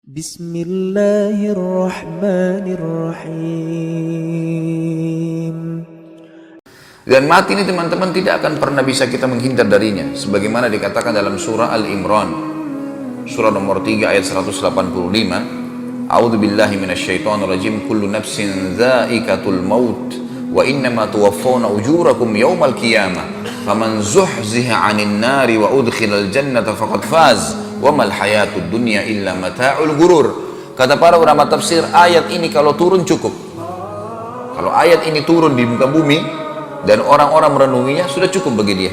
Bismillahirrahmanirrahim. Dan mati ini teman-teman tidak akan pernah bisa kita menghindar darinya. Sebagaimana dikatakan dalam surah Al-Imran, surah nomor 3 ayat 185. A'udzubillahi minasyaitonirrajim. Kullu nafsin dha'iqatul maut wa innama tuwaffawna ujurakum yawmal qiyamah. Faman zuhziha 'anil nari wa udkhilal jannata faqad faz. Wa mal hayatud dunya illa mata'ul gurur. Kata para ulama tafsir, ayat ini kalau turun cukup. Kalau ayat ini turun di muka bumi dan orang-orang merenunginya, sudah cukup bagi dia.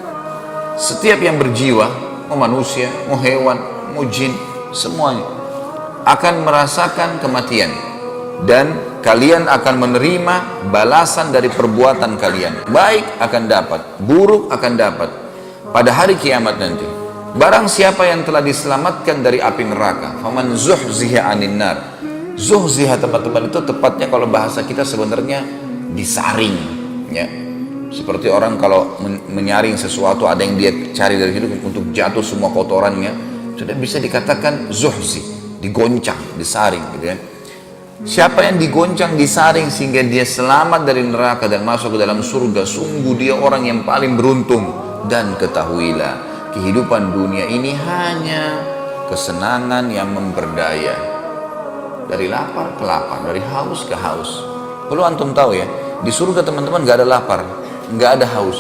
Setiap yang berjiwa, mau manusia, mau hewan, mau jin, semuanya akan merasakan kematian, dan kalian akan menerima balasan dari perbuatan kalian. Baik akan dapat, buruk akan dapat pada hari kiamat nanti. Barang siapa yang telah diselamatkan dari api neraka, faman zuhziha 'anil nar. Zuhziha teman-teman itu tepatnya kalau bahasa kita sebenarnya disaring, ya. Seperti orang kalau menyaring sesuatu, ada yang dia cari dari situ untuk jatuh semua kotorannya, sudah bisa dikatakan zuhzi, digoncang, disaring, gitu ya. Siapa yang digoncang, disaring sehingga dia selamat dari neraka dan masuk ke dalam surga, sungguh dia orang yang paling beruntung. Dan ketahuilah, kehidupan dunia ini hanya kesenangan yang memperdaya. Dari lapar ke lapar, dari haus ke haus. Perlu antum tahu ya, di surga teman-teman gak ada lapar, gak ada haus.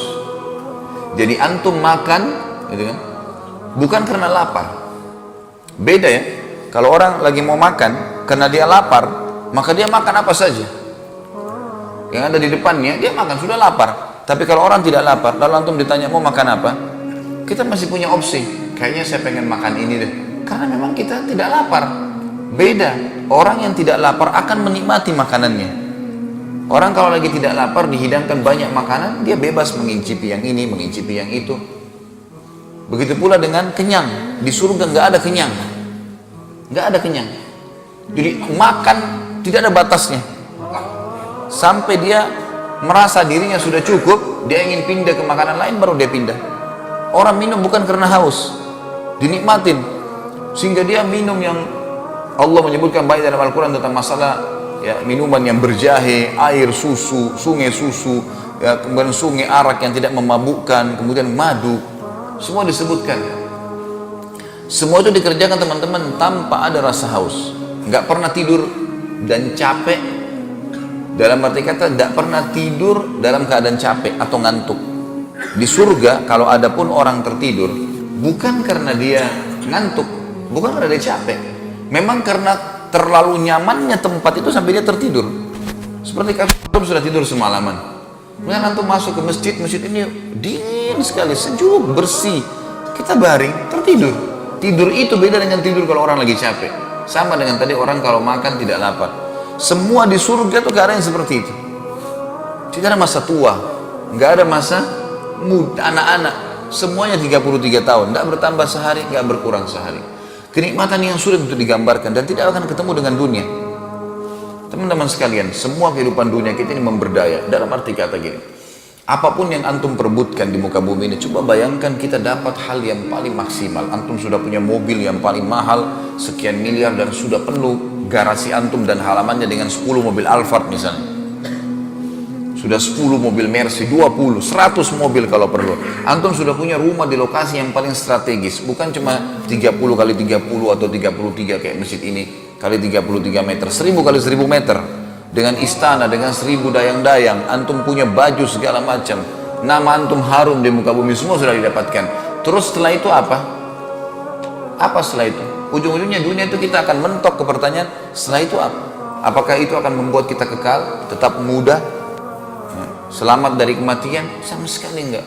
Jadi antum makan, gitu kan, bukan karena lapar. Beda ya, kalau orang lagi mau makan karena dia lapar, maka dia makan apa saja yang ada di depannya, dia makan, sudah lapar. Tapi kalau orang tidak lapar, lalu antum ditanya mau makan apa, kita masih punya opsi, kayaknya saya pengen makan ini deh, karena memang kita tidak lapar. Beda, orang yang tidak lapar akan menikmati makanannya. Orang kalau lagi tidak lapar, dihidangkan banyak makanan, dia bebas mengincipi yang ini, mengincipi yang itu. Begitu pula dengan kenyang. Di surga nggak ada kenyang, nggak ada kenyang. Jadi makan tidak ada batasnya, sampai dia merasa dirinya sudah cukup, dia ingin pindah ke makanan lain, baru dia pindah. Orang minum bukan karena haus, dinikmatin, sehingga dia minum yang Allah menyebutkan baik dalam Al-Quran tentang masalah ya, minuman yang berjahe, air susu, sungai susu, ya, kemudian sungai arak yang tidak memabukkan, kemudian madu, semua disebutkan. Semua itu dikerjakan teman-teman tanpa ada rasa haus, nggak pernah tidur dan capek. Dalam arti kata, tidak pernah tidur dalam keadaan capek atau ngantuk. Di surga kalau ada pun orang tertidur, bukan karena dia ngantuk, bukan karena dia capek, memang karena terlalu nyamannya tempat itu sampai dia tertidur. Seperti kami sudah tidur semalaman, kemudian antum masuk ke masjid, masjid ini dingin sekali, sejuk, bersih, kita baring, tertidur. Tidur itu beda dengan tidur kalau orang lagi capek. Sama dengan tadi orang kalau makan tidak lapar. Semua di surga itu keadaan seperti itu. Tidak ada masa tua, nggak ada masa muda, anak-anak, semuanya 33 tahun, tidak bertambah sehari, nggak berkurang sehari. Kenikmatan yang sulit untuk digambarkan dan tidak akan ketemu dengan dunia. Teman-teman sekalian, semua kehidupan dunia kita ini memberdaya. Dalam arti kata gini, apapun yang antum perebutkan di muka bumi ini, coba bayangkan kita dapat hal yang paling maksimal. Antum sudah punya mobil yang paling mahal, sekian miliar, dan sudah penuh garasi antum dan halamannya dengan 10 mobil Alphard misalnya. Sudah 10 mobil Mercy, 20, 100 mobil kalau perlu. Antum sudah punya rumah di lokasi yang paling strategis, bukan cuma 30 kali 30 atau 33 kayak masjid ini kali 33 meter, 1000 kali 1000 meter, dengan istana, dengan 1000 dayang-dayang. Antum punya baju segala macam, nama antum harum di muka bumi, semua sudah didapatkan. Terus setelah itu apa? Apa setelah itu? Ujung-ujungnya dunia itu kita akan mentok ke pertanyaan, setelah itu apa? Apakah itu akan membuat kita kekal, tetap muda, selamat dari kematian? Sama sekali enggak.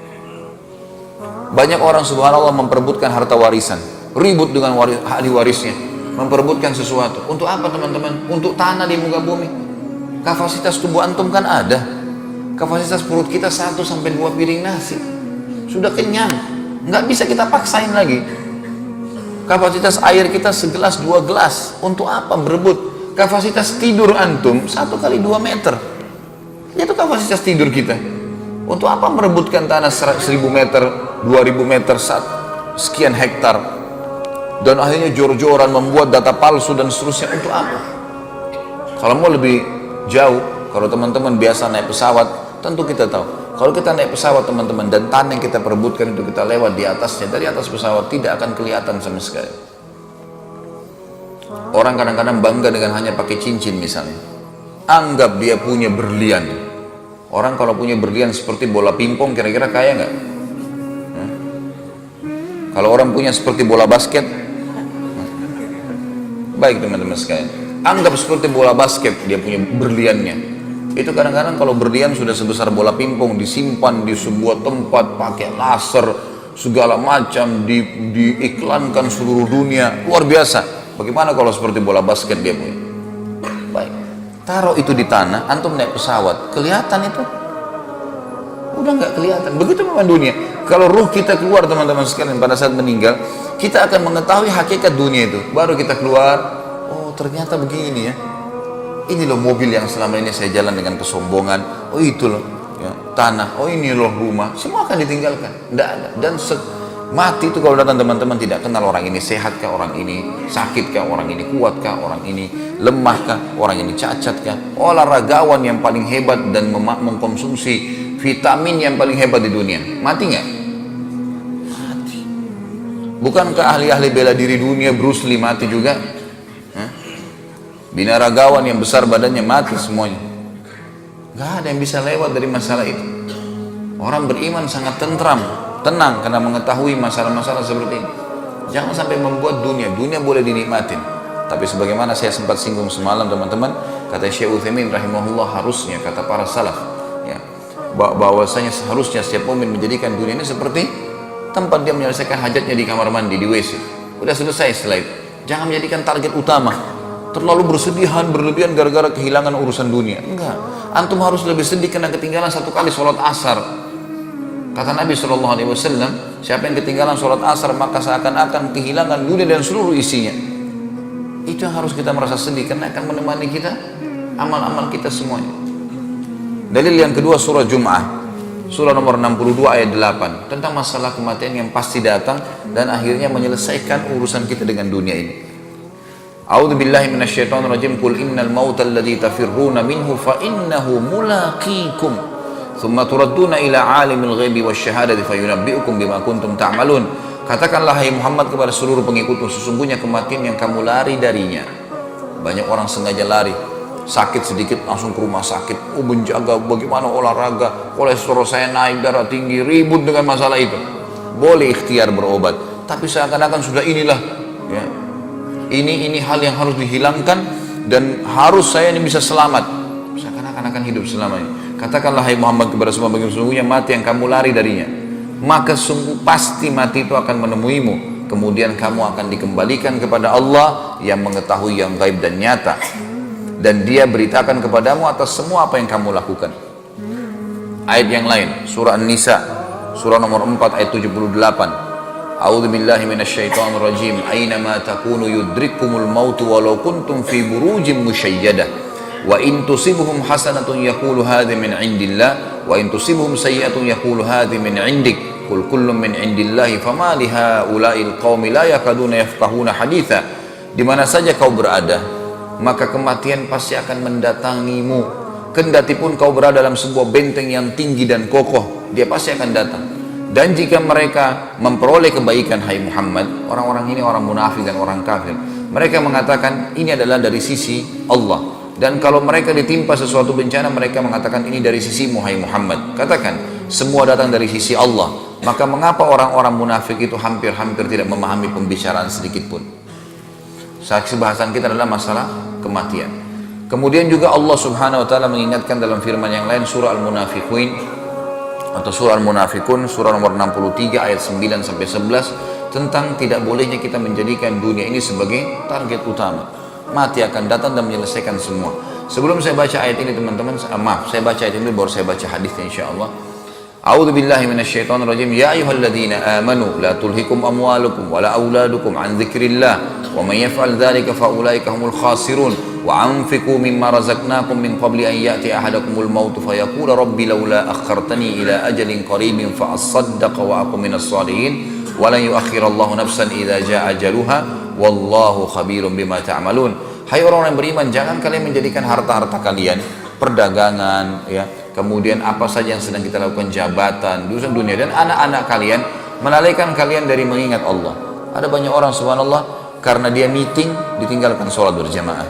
Banyak orang subhanallah memperebutkan harta warisan, ribut dengan ahli warisnya, memperebutkan sesuatu. Untuk apa teman-teman? Untuk tanah di muka bumi. Kapasitas tubuh antum kan ada, kapasitas perut kita 1-2 piring nasi, sudah kenyang, nggak bisa kita paksain lagi. Kapasitas air kita segelas 2 gelas, untuk apa berebut? Kapasitas tidur antum 1 kali 2 meter, itu kapasitas tidur kita. Untuk apa merebutkan tanah 1000 meter, 2000 meter, sekian hektar? dan akhirnya jor-joran membuat data palsu dan seterusnya. Untuk apa? Kalau mau lebih jauh, kalau teman-teman biasa naik pesawat, tentu kita tahu kalau kita naik pesawat teman-teman, dan tanah yang kita perebutkan itu kita lewat di atasnya, dari atas pesawat tidak akan kelihatan sama sekali. Orang kadang-kadang bangga dengan hanya pakai cincin misalnya, anggap dia punya berlian. Orang kalau punya berlian seperti bola pingpong, kira-kira kaya nggak? Kalau orang punya seperti bola basket, baik teman-teman sekalian, anggap seperti bola basket dia punya berliannya. Itu kadang-kadang kalau berlian sudah sebesar bola pingpong, disimpan di sebuah tempat pakai laser segala macam, diiklankan seluruh dunia, luar biasa. Bagaimana kalau seperti bola basket dia punya? Baik, taruh itu di tanah, antum naik pesawat, kelihatan itu? Udah nggak kelihatan. Begitu memang dunia. Kalau ruh kita keluar teman-teman sekalian pada saat meninggal, kita akan mengetahui hakikat dunia itu. Baru kita keluar, oh ternyata begini ya. Ini loh mobil yang selama ini saya jalan dengan kesombongan. Oh itu loh ya, tanah. Oh ini loh rumah. Semua akan ditinggalkan. Tidak ada. Dan mati itu kalau datang teman-teman tidak kenal orang ini sehat kah, orang ini sakit kah, orang ini kuat kah, orang ini lemah kah, orang ini cacat kah. Olahragawan yang paling hebat dan mengkonsumsi vitamin yang paling hebat di dunia, mati nggak? Mati. Bukankah ahli-ahli bela diri dunia, Bruce Lee mati juga? Binaragawan yang besar badannya mati semuanya. Gak ada yang bisa lewat dari masalah itu. Orang beriman sangat tenang karena mengetahui masalah-masalah seperti ini. Jangan sampai membuat dunia boleh dinikmatin. Tapi sebagaimana saya sempat singgung semalam teman-teman, kata Syekh Utsaimin rahimahullah, harusnya kata para salaf ya, bahwasanya seharusnya setiap mukmin menjadikan dunia ini seperti tempat dia menyelesaikan hajatnya di kamar mandi, di WC. Udah selesai setelah itu. Jangan menjadikan target utama. Terlalu berlebihan gara-gara kehilangan urusan dunia. Enggak, antum harus lebih sedih karena ketinggalan satu kali sholat asar. Kata Nabi SAW, siapa yang ketinggalan sholat asar maka seakan-akan kehilangan dunia dan seluruh isinya. Itu yang harus kita merasa sedih, karena akan menemani kita amal-amal kita semuanya. Dalil yang kedua surah Jum'ah, surah nomor 62 ayat 8, tentang masalah kematian yang pasti datang dan akhirnya menyelesaikan urusan kita dengan dunia ini. A'udzu billahi minasyaitonir rajim. Qul innal mautal ladzi tafirruna minhu fa innahu mulaqikum thumma turadduna ila 'alimil ghaibi wasyahadati fayunabbi'ukum bima kuntum ta'malun. Katakanlah hai Muhammad kepada seluruh pengikutmu, sesungguhnya kematian yang kamu lari darinya. Banyak orang sengaja lari, sakit sedikit langsung ke rumah sakit, menjaga bagaimana olahraga, kolesterol saya naik, darah tinggi, ribut dengan masalah itu. Boleh ikhtiar berobat, tapi seakan-akan sudah inilah ya, ini hal yang harus dihilangkan dan harus saya ini bisa selamat, seakan-akan akan hidup selamanya. Katakanlah hai Muhammad kepada semua bagi sesungguhnya mati yang kamu lari darinya, maka sungguh pasti mati itu akan menemuimu, kemudian kamu akan dikembalikan kepada Allah yang mengetahui yang gaib dan nyata, dan dia beritakan kepadamu atas semua apa yang kamu lakukan. Ayat yang lain, surah An-Nisa, surah nomor 4 ayat 78. A'udzu billahi minasyaitonir rajim. Ainama takunu yudrikkumul maut walau kuntum fi burujin musyayyadah. Wa in tusibhum hasanatun yaqulu hadhi min indillah wa in tusibhum sayyi'atun yaqulu hadhi min indik. Qul kullun min indillahi fama li haula'il qaumi la yakaduna yafqahuna haditha. Di mana saja kau berada, maka kematian pasti akan mendatangimu. Kendati pun kau berada dalam sebuah benteng yang tinggi dan kokoh, dia pasti akan datang. Dan jika mereka memperoleh kebaikan hai Muhammad, orang-orang ini orang munafik dan orang kafir, mereka mengatakan ini adalah dari sisi Allah. Dan kalau mereka ditimpa sesuatu bencana, mereka mengatakan ini dari sisimu hai Muhammad. Katakan semua datang dari sisi Allah. Maka mengapa orang-orang munafik itu hampir-hampir tidak memahami pembicaraan sedikit pun? Saksi bahasan kita adalah masalah kematian. Kemudian juga Allah subhanahu wa ta'ala mengingatkan dalam firman yang lain, surah Al-Munafiqun atau surah Al-Munafikun, surah nomor 63 ayat 9 sampai 11, tentang tidak bolehnya kita menjadikan dunia ini sebagai target utama. Mati akan datang dan menyelesaikan semua. Sebelum saya baca ayat ini teman-teman, saya baca ayat ini baru saya baca hadisnya insyaallah. A'udzu billahi minasyaitonir rajim. Ya ayyuhalladzina amanu la tulhikum amwalukum wala auladukum an dzikrillah wa may yaf'al dzalika fa ulaika humul khasirun. وأنفقوا مما رزقناكم من قبل أن يأتي أحدكم الموت فيقول ربي لولا أخرتني إلى أجل قريب فأصدق وأكن من الصالحين wa lan yuakhirallahu nafsan idza jaa ajaluha wallahu khabirum bima ta'malun. Hai orang-orang yang beriman, jangan kalian menjadikan harta-harta kalian, perdagangan, ya, kemudian apa saja yang sedang kita lakukan, jabatan, urusan dunia, dan anak-anak kalian melalaikan kalian dari mengingat Allah. Ada banyak orang subhanallah karena dia meeting ditinggalkan sholat berjamaah.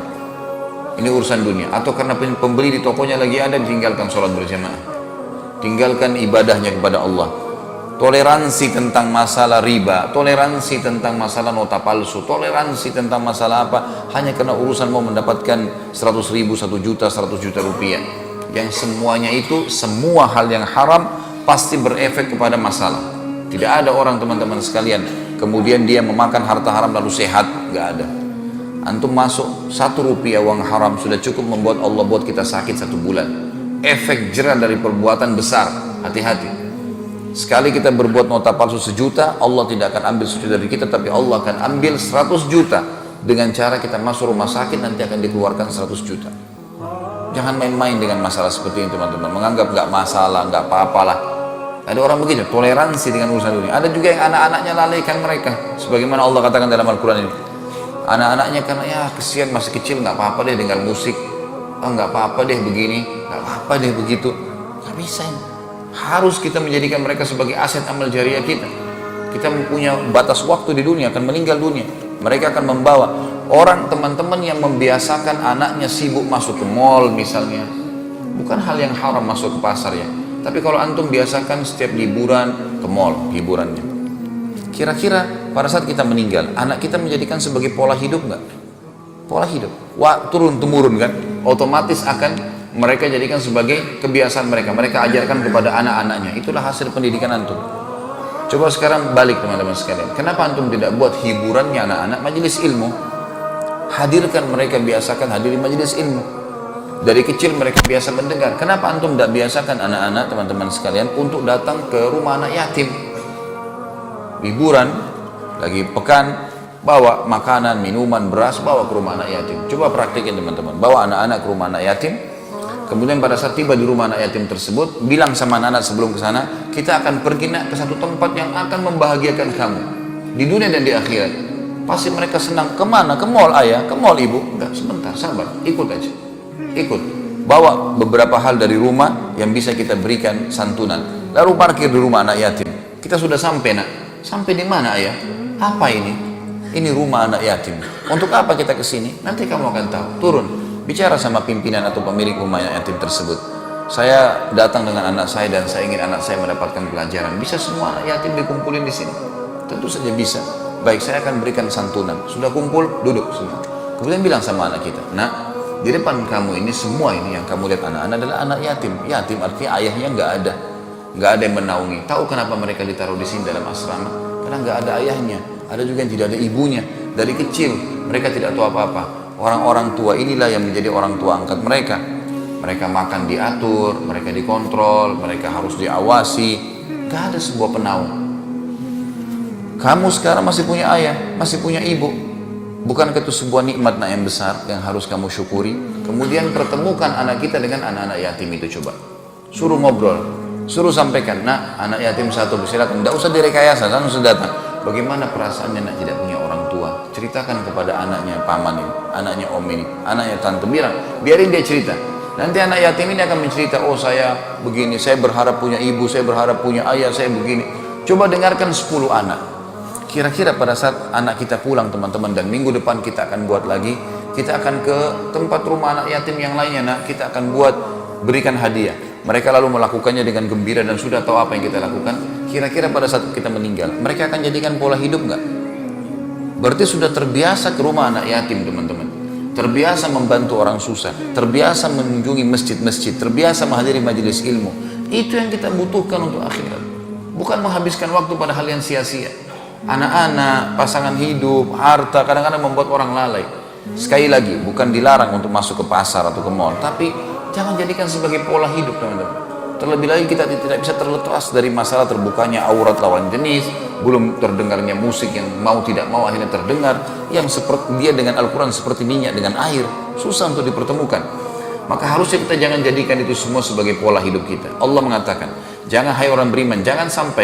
Ini urusan dunia. Atau karena pembeli di tokonya lagi ada ditinggalkan sholat berjamaah. Tinggalkan ibadahnya kepada Allah. Toleransi tentang masalah riba, toleransi tentang masalah nota palsu, toleransi tentang masalah apa, hanya karena urusan mau mendapatkan 100 ribu, 1 juta, 100 juta rupiah. Yang semuanya itu, semua hal yang haram pasti berefek kepada masalah. Tidak ada orang teman-teman sekalian kemudian dia memakan harta haram lalu sehat, gak ada. Antum masuk 1 rupiah uang haram sudah cukup membuat Allah buat kita sakit 1 bulan. Efek jerah dari perbuatan besar, hati-hati. Sekali kita berbuat nota palsu 1 juta, Allah tidak akan ambil 1 juta dari kita, tapi Allah akan ambil 100 juta dengan cara kita masuk rumah sakit, nanti akan dikeluarkan 100 juta. Jangan main-main dengan masalah seperti ini teman-teman, menganggap gak masalah, gak apa-apalah. Ada orang begitu, toleransi dengan urusan dunia. Ada juga yang anak-anaknya lalaikan mereka, sebagaimana Allah katakan dalam Al-Quran ini. Anak-anaknya karena ya kesian masih kecil, gak apa-apa deh dengar musik, gak apa-apa deh begini, gak apa-apa deh begitu. Gak bisa ini. Harus kita menjadikan mereka sebagai aset amal jariah kita. Kita mempunyai batas waktu di dunia, akan meninggal dunia. Mereka akan membawa orang, teman-teman yang membiasakan anaknya sibuk masuk ke mall misalnya. Bukan hal yang haram masuk ke pasar ya. Tapi kalau antum biasakan setiap liburan ke mall, hiburannya. Kira-kira pada saat kita meninggal, anak kita menjadikan sebagai pola hidup nggak? Pola hidup. Wah, turun-temurun kan? Otomatis akan mereka jadikan sebagai kebiasaan mereka. Mereka ajarkan kepada anak-anaknya. Itulah hasil pendidikan antum. Coba sekarang balik teman-teman sekalian. Kenapa antum tidak buat hiburannya anak-anak majelis ilmu? Hadirkan mereka, biasakan hadiri majelis ilmu. Dari kecil mereka biasa mendengar. Kenapa antum tidak biasakan anak-anak teman-teman sekalian untuk datang ke rumah anak yatim? Liburan, lagi pekan, bawa makanan, minuman, beras, bawa ke rumah anak yatim. Coba praktikin teman-teman. Bawa anak-anak ke rumah anak yatim. Kemudian pada saat tiba di rumah anak yatim tersebut, bilang sama anak-anak sebelum ke sana, kita akan pergi nak ke satu tempat yang akan membahagiakan kamu di dunia dan di akhirat. Pasti mereka senang. Kemana? Ke mall ayah, ke mall ibu. Enggak, sebentar, sabar, ikut aja. Ikut. Bawa beberapa hal dari rumah yang bisa kita berikan santunan. Lalu parkir di rumah anak yatim. Kita sudah sampai nak. Sampai di mana ayah? Apa ini? Ini rumah anak yatim. Untuk apa kita ke sini? Nanti kamu akan tahu. Turun. Bicara sama pimpinan atau pemilik rumah yatim tersebut. Saya datang dengan anak saya dan saya ingin anak saya mendapatkan pelajaran. Bisa semua anak yatim dikumpulin di sini? Tentu saja bisa. Baik, saya akan berikan santunan. Sudah kumpul, duduk semua. Kemudian bilang sama anak kita, nah, di depan kamu ini semua ini yang kamu lihat anak-anak adalah anak yatim. Yatim artinya ayahnya nggak ada yang menaungi. Tahu kenapa mereka ditaruh di sini dalam asrama? Karena nggak ada ayahnya. Ada juga yang tidak ada ibunya. Dari kecil mereka tidak tahu apa-apa. Orang-orang tua inilah yang menjadi orang tua angkat mereka. Mereka makan diatur, mereka dikontrol, mereka harus diawasi. Gak ada sebuah penaung. Kamu sekarang masih punya ayah, masih punya ibu. Bukankah itu sebuah nikmat yang besar yang harus kamu syukuri? Kemudian pertemukan anak kita dengan anak-anak yatim itu coba. Suruh ngobrol, suruh sampaikan, nah anak yatim satu silakan. Tidak usah direkayasa, langsung datang. Bagaimana perasaannya nak tidak punya orang tua? Ceritakan kepada anaknya paman ini, anaknya om ini, anaknya tante, biarin dia cerita. Nanti anak yatim ini akan mencerita, oh saya begini, saya berharap punya ibu, saya berharap punya ayah, saya begini. Coba dengarkan 10 anak. Kira-kira pada saat anak kita pulang teman-teman, dan minggu depan kita akan buat lagi, kita akan ke tempat rumah anak yatim yang lainnya, nak, kita akan buat berikan hadiah. Mereka lalu melakukannya dengan gembira dan sudah tahu apa yang kita lakukan. Kira-kira pada saat kita meninggal, mereka akan jadikan pola hidup nggak? Berarti sudah terbiasa ke rumah anak yatim teman-teman. Terbiasa membantu orang susah, terbiasa mengunjungi masjid-masjid, terbiasa menghadiri majelis ilmu. Itu yang kita butuhkan untuk akhirat. Bukan menghabiskan waktu pada hal yang sia-sia. Anak-anak, pasangan hidup, harta kadang-kadang membuat orang lalai. Sekali lagi, bukan dilarang untuk masuk ke pasar atau ke mall, tapi jangan jadikan sebagai pola hidup teman-teman. Terlebih lagi kita tidak bisa terlepas dari masalah terbukanya aurat lawan jenis, belum terdengarnya musik yang mau tidak mau akhirnya terdengar, yang seperti dia dengan Al-Quran seperti minyak dengan air, susah untuk dipertemukan. Maka harusnya kita jangan jadikan itu semua sebagai pola hidup kita. Allah mengatakan, jangan hai orang beriman, jangan sampai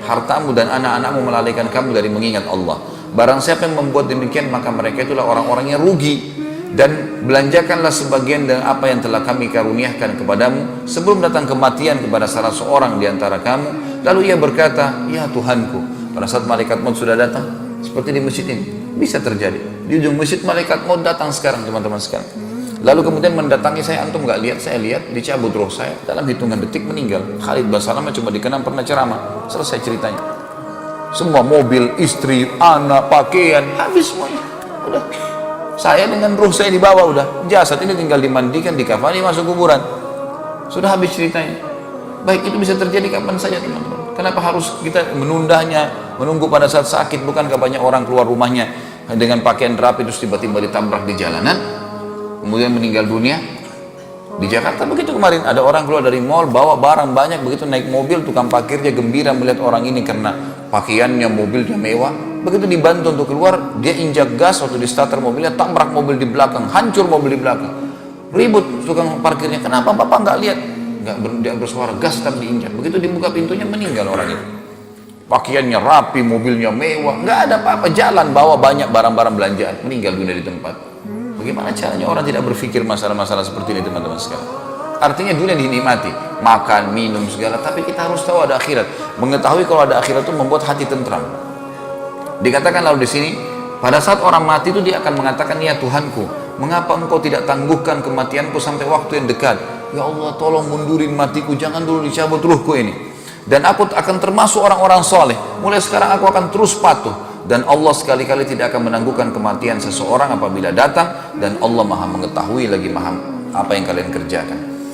hartamu dan anak-anakmu melalaikan kamu dari mengingat Allah. Barang siapa yang membuat demikian, maka mereka itulah orang-orang yang rugi. Dan belanjakanlah sebagian dari apa yang telah kami karuniakan kepadamu sebelum datang kematian kepada salah seorang di antara kamu. Lalu ia berkata, ya Tuhanku, pada saat malaikat maut sudah datang, seperti di masjid ini, bisa terjadi. Di ujung masjid malaikat maut datang sekarang, teman-teman sekalian. Lalu kemudian mendatangi saya, antum nggak lihat, saya lihat, dicabut roh saya, dalam hitungan detik meninggal. Khalid Basalamah cuma dikenang pernah ceramah, selesai ceritanya. Semua mobil, istri, anak, pakaian, habis semuanya. Udah. Saya dengan ruh saya dibawa udah. Jasad ini tinggal dimandikan, dikafani, masuk kuburan. Sudah habis ceritanya. Baik, itu bisa terjadi kapan saja, teman-teman. Kenapa harus kita menundanya, menunggu pada saat sakit? Bukankah banyak orang keluar rumahnya dengan pakaian rapi terus tiba-tiba ditabrak di jalanan, kemudian meninggal dunia? Di Jakarta begitu kemarin, ada orang keluar dari mall bawa barang banyak, begitu naik mobil, tukang parkirnya gembira melihat orang ini karena pakaiannya, mobilnya mewah. Begitu dibantu untuk keluar, dia injak gas waktu di starter mobilnya, tabrak mobil di belakang, hancur mobil di belakang. Ribut tukang parkirnya, kenapa bapak nggak lihat? Nggak bersuara, gas tetap diinjak. Begitu dibuka pintunya, meninggal orang itu. Pakaiannya rapi, mobilnya mewah, nggak ada apa-apa, jalan bawa banyak barang-barang belanjaan, meninggal dunia di tempat. Bagaimana caranya orang tidak berpikir masalah-masalah seperti ini, teman-teman sekalian? Artinya dunia dinikmati, makan, minum, segala, tapi kita harus tahu ada akhirat. Mengetahui kalau ada akhirat itu membuat hati tentram. Dikatakan lalu di sini, pada saat orang mati itu dia akan mengatakan, ya Tuhanku, mengapa engkau tidak tangguhkan kematianku sampai waktu yang dekat? Ya Allah, tolong mundurin matiku, jangan dulu dicabut ruhku ini. Dan aku akan termasuk orang-orang soleh. Mulai sekarang aku akan terus patuh. Dan Allah sekali-kali tidak akan menangguhkan kematian seseorang apabila datang. Dan Allah maha mengetahui lagi, maha apa yang kalian kerjakan.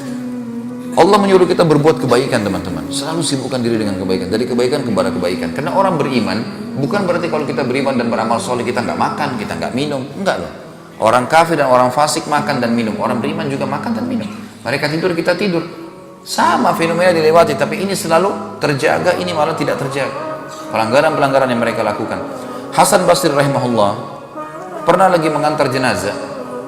Allah menyuruh kita berbuat kebaikan, teman-teman. Selalu sibukkan diri dengan kebaikan, dari kebaikan kepada kebaikan. Karena orang beriman bukan berarti kalau kita beriman dan beramal soleh kita nggak makan, kita nggak minum, enggak loh. Orang kafir dan orang fasik makan dan minum, orang beriman juga makan dan minum. Mereka tidur, kita tidur, sama fenomena dilewati, tapi ini selalu terjaga, ini malah tidak terjaga. Pelanggaran-pelanggaran yang mereka lakukan. Hasan Basri rahimahullah pernah lagi mengantar jenazah,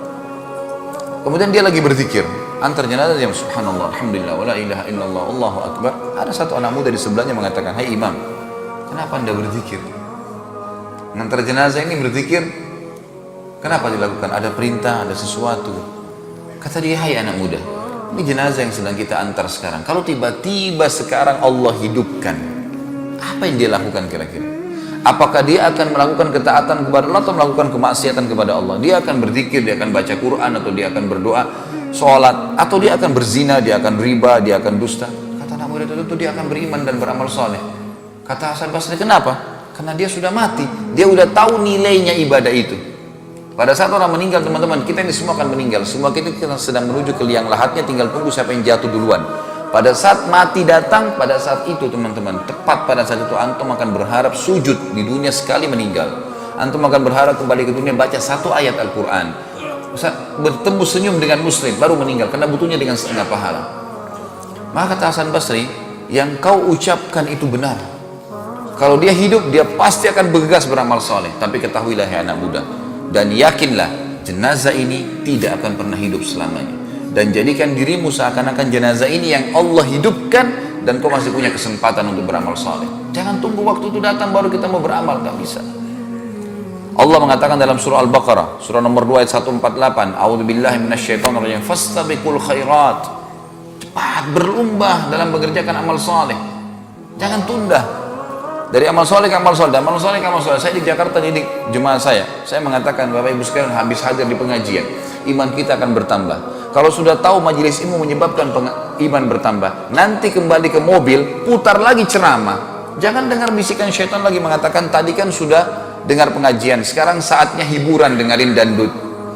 kemudian dia lagi berzikir. Antar jenazah, yang subhanallah, alhamdulillah, wala ilaha illallah, Allahu akbar. Ada satu anak muda di sebelahnya mengatakan, hai imam, kenapa anda berzikir? Mengantar jenazah ini berzikir, kenapa dilakukan? Ada perintah, ada sesuatu. Kata dia, hai anak muda, ini jenazah yang sedang kita antar sekarang. Kalau tiba-tiba sekarang Allah hidupkan, apa yang dia lakukan kira-kira? Apakah dia akan melakukan ketaatan kepada Allah atau melakukan kemaksiatan kepada Allah? Dia akan berzikir, dia akan baca Quran, atau dia akan berdoa, sholat, atau dia akan berzina, dia akan riba, dia akan dusta? Kata anak muda itu, tentu dia akan beriman dan beramal soleh. Kata Hasan Basri, kenapa? Karena dia sudah mati, dia sudah tahu nilainya ibadah itu. Pada saat orang meninggal, teman-teman, kita ini semua akan meninggal. Semua kita sedang menuju ke liang lahatnya, tinggal tunggu siapa yang jatuh duluan. Pada saat mati datang, pada saat itu teman-teman, tepat pada saat itu antum akan berharap sujud di dunia sekali meninggal. Antum akan berharap kembali ke dunia baca satu ayat Al-Quran, bertemu senyum dengan muslim, baru meninggal, karena butuhnya dengan setengah pahala. Maka kata Hasan Basri, yang kau ucapkan itu benar. Kalau dia hidup, dia pasti akan bergegas beramal soleh. Tapi ketahuilah ya anak muda, dan yakinlah jenazah ini tidak akan pernah hidup selamanya. Dan jadikan dirimu seakan-akan jenazah ini yang Allah hidupkan, dan kau masih punya kesempatan untuk beramal soleh. Jangan tunggu waktu itu datang baru kita mau beramal, tak bisa. Allah mengatakan dalam surah Al-Baqarah, surah nomor 2 ayat 148, A'udzubillahi minasyaitonirrajim, fastabiqul khairat. Cepat berlomba dalam mengerjakan amal soleh. Jangan tunda. Dari amal soleh ke amal soleh, amal soleh ke amal soleh. Saya di Jakarta didik jemaah saya mengatakan, Bapak Ibu sekalian, habis hadir di pengajian, iman kita akan bertambah. Kalau sudah tahu majelis ilmu menyebabkan iman bertambah, nanti kembali ke mobil, putar lagi ceramah. Jangan dengar bisikan syaitan lagi mengatakan, tadi kan sudah dengar pengajian, sekarang saatnya hiburan, dengerin dangdut,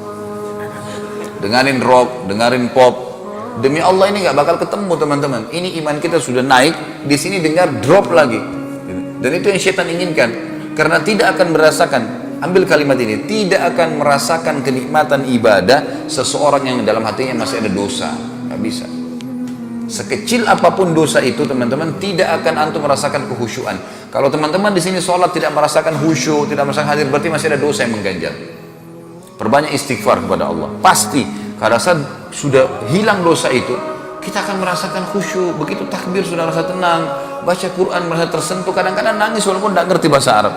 dengerin rock, dengerin pop. Demi Allah ini nggak bakal ketemu, teman-teman. Ini iman kita sudah naik, di sini dengar drop lagi. Dan itu yang syaitan inginkan, karena tidak akan merasakan, ambil kalimat ini, tidak akan merasakan kenikmatan ibadah seseorang yang dalam hatinya masih ada dosa. Nggak bisa. Sekecil apapun dosa itu, teman-teman, tidak akan antum merasakan kehusyuan. Kalau teman-teman di sini sholat tidak merasakan khusyuk, tidak merasakan hadir, berarti masih ada dosa yang mengganjal. Perbanyak istighfar kepada Allah. Pasti pada saat sudah hilang dosa itu, kita akan merasakan khusyuk. Begitu takbir sudah rasa tenang, baca Quran merasa tersentuh, kadang-kadang nangis walaupun tidak ngerti bahasa Arab,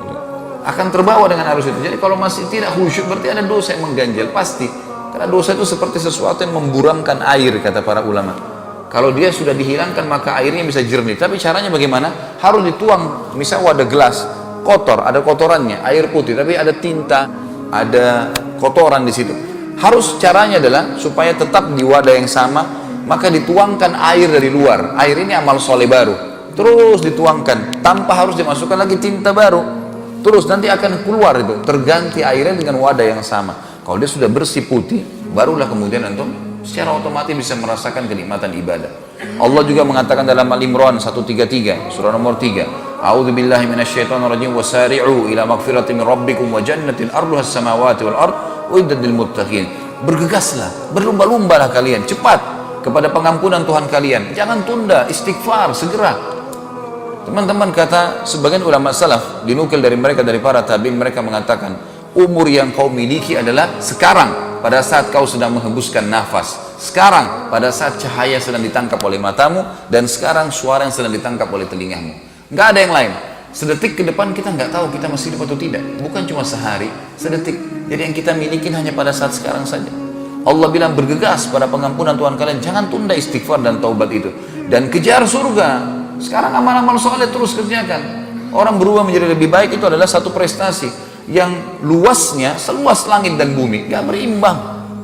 akan terbawa dengan arus itu. Jadi kalau masih tidak khusyuk berarti ada dosa yang mengganjal pasti, karena dosa itu seperti sesuatu yang memburamkan air, kata para ulama. Kalau dia sudah dihilangkan maka airnya bisa jernih. Tapi caranya bagaimana? Harus dituang, misal wadah gelas kotor, ada kotorannya, air putih tapi ada tinta, ada kotoran di situ. Harus caranya adalah supaya tetap di wadah yang sama, maka dituangkan air dari luar. Air ini amal soleh baru, terus dituangkan tanpa harus dimasukkan lagi tinta baru. Terus nanti akan keluar itu, terganti airnya dengan wadah yang sama. Kalau dia sudah bersih putih, barulah kemudian antum secara otomatis bisa merasakan kenikmatan ibadah. Allah juga mengatakan dalam Al-Imran 133, surah nomor 3, A'udzu billahi minasyaitonir rajim, wasari'u ila magfiratin min rabbikum wa jannatin arduha as-samawati wal ard uiddat lil muttaqin. Bergegaslah, berlumba-lumbalah kalian cepat kepada pengampunan Tuhan kalian. Jangan tunda, istighfar segera. Teman-teman, kata sebagian ulama salaf, dinukil dari mereka, dari para tabi'in, mereka mengatakan umur yang kau miliki adalah sekarang, pada saat kau sedang menghembuskan nafas, sekarang pada saat cahaya sedang ditangkap oleh matamu, dan sekarang suara yang sedang ditangkap oleh telingamu. Nggak ada yang lain. Sedetik ke depan kita nggak tahu kita masih hidup atau tidak, bukan cuma sehari, sedetik. Jadi yang kita miliki hanya pada saat sekarang saja. Allah bilang bergegas pada pengampunan Tuhan kalian, jangan tunda istighfar dan taubat itu, dan kejar surga. Sekarang amal-amal soleh terus kerjakan. Orang berubah menjadi lebih baik itu adalah satu prestasi yang luasnya seluas langit dan bumi, nggak berimbang.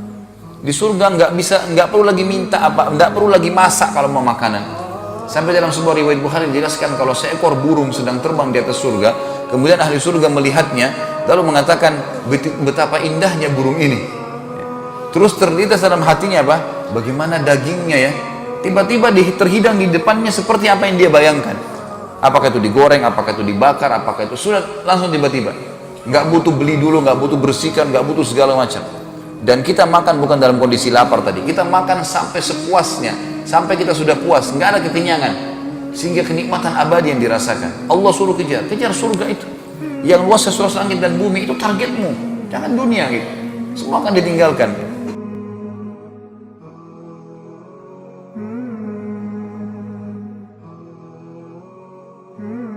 Di surga nggak perlu lagi minta apa, nggak perlu lagi masak kalau mau makanan. Sampai dalam sebuah riwayat Bukhari dijelaskan kalau seekor burung sedang terbang di atas surga, kemudian ahli surga melihatnya, lalu mengatakan betapa indahnya burung ini. Terus terlintas dalam hatinya apa? Bagaimana dagingnya ya? Tiba-tiba terhidang di depannya seperti apa yang dia bayangkan. Apakah itu digoreng, apakah itu dibakar, apakah itu sudah langsung tiba-tiba. Nggak butuh beli dulu, nggak butuh bersihkan, nggak butuh segala macam. Dan kita makan bukan dalam kondisi lapar tadi, kita makan sampai sepuasnya, sampai kita sudah puas, nggak ada kekenyangan, sehingga kenikmatan abadi yang dirasakan. Allah suruh kejar surga itu, yang luasnya seluas langit dan bumi. Itu targetmu, jangan dunia gitu. Semua akan ditinggalkan. Hmm.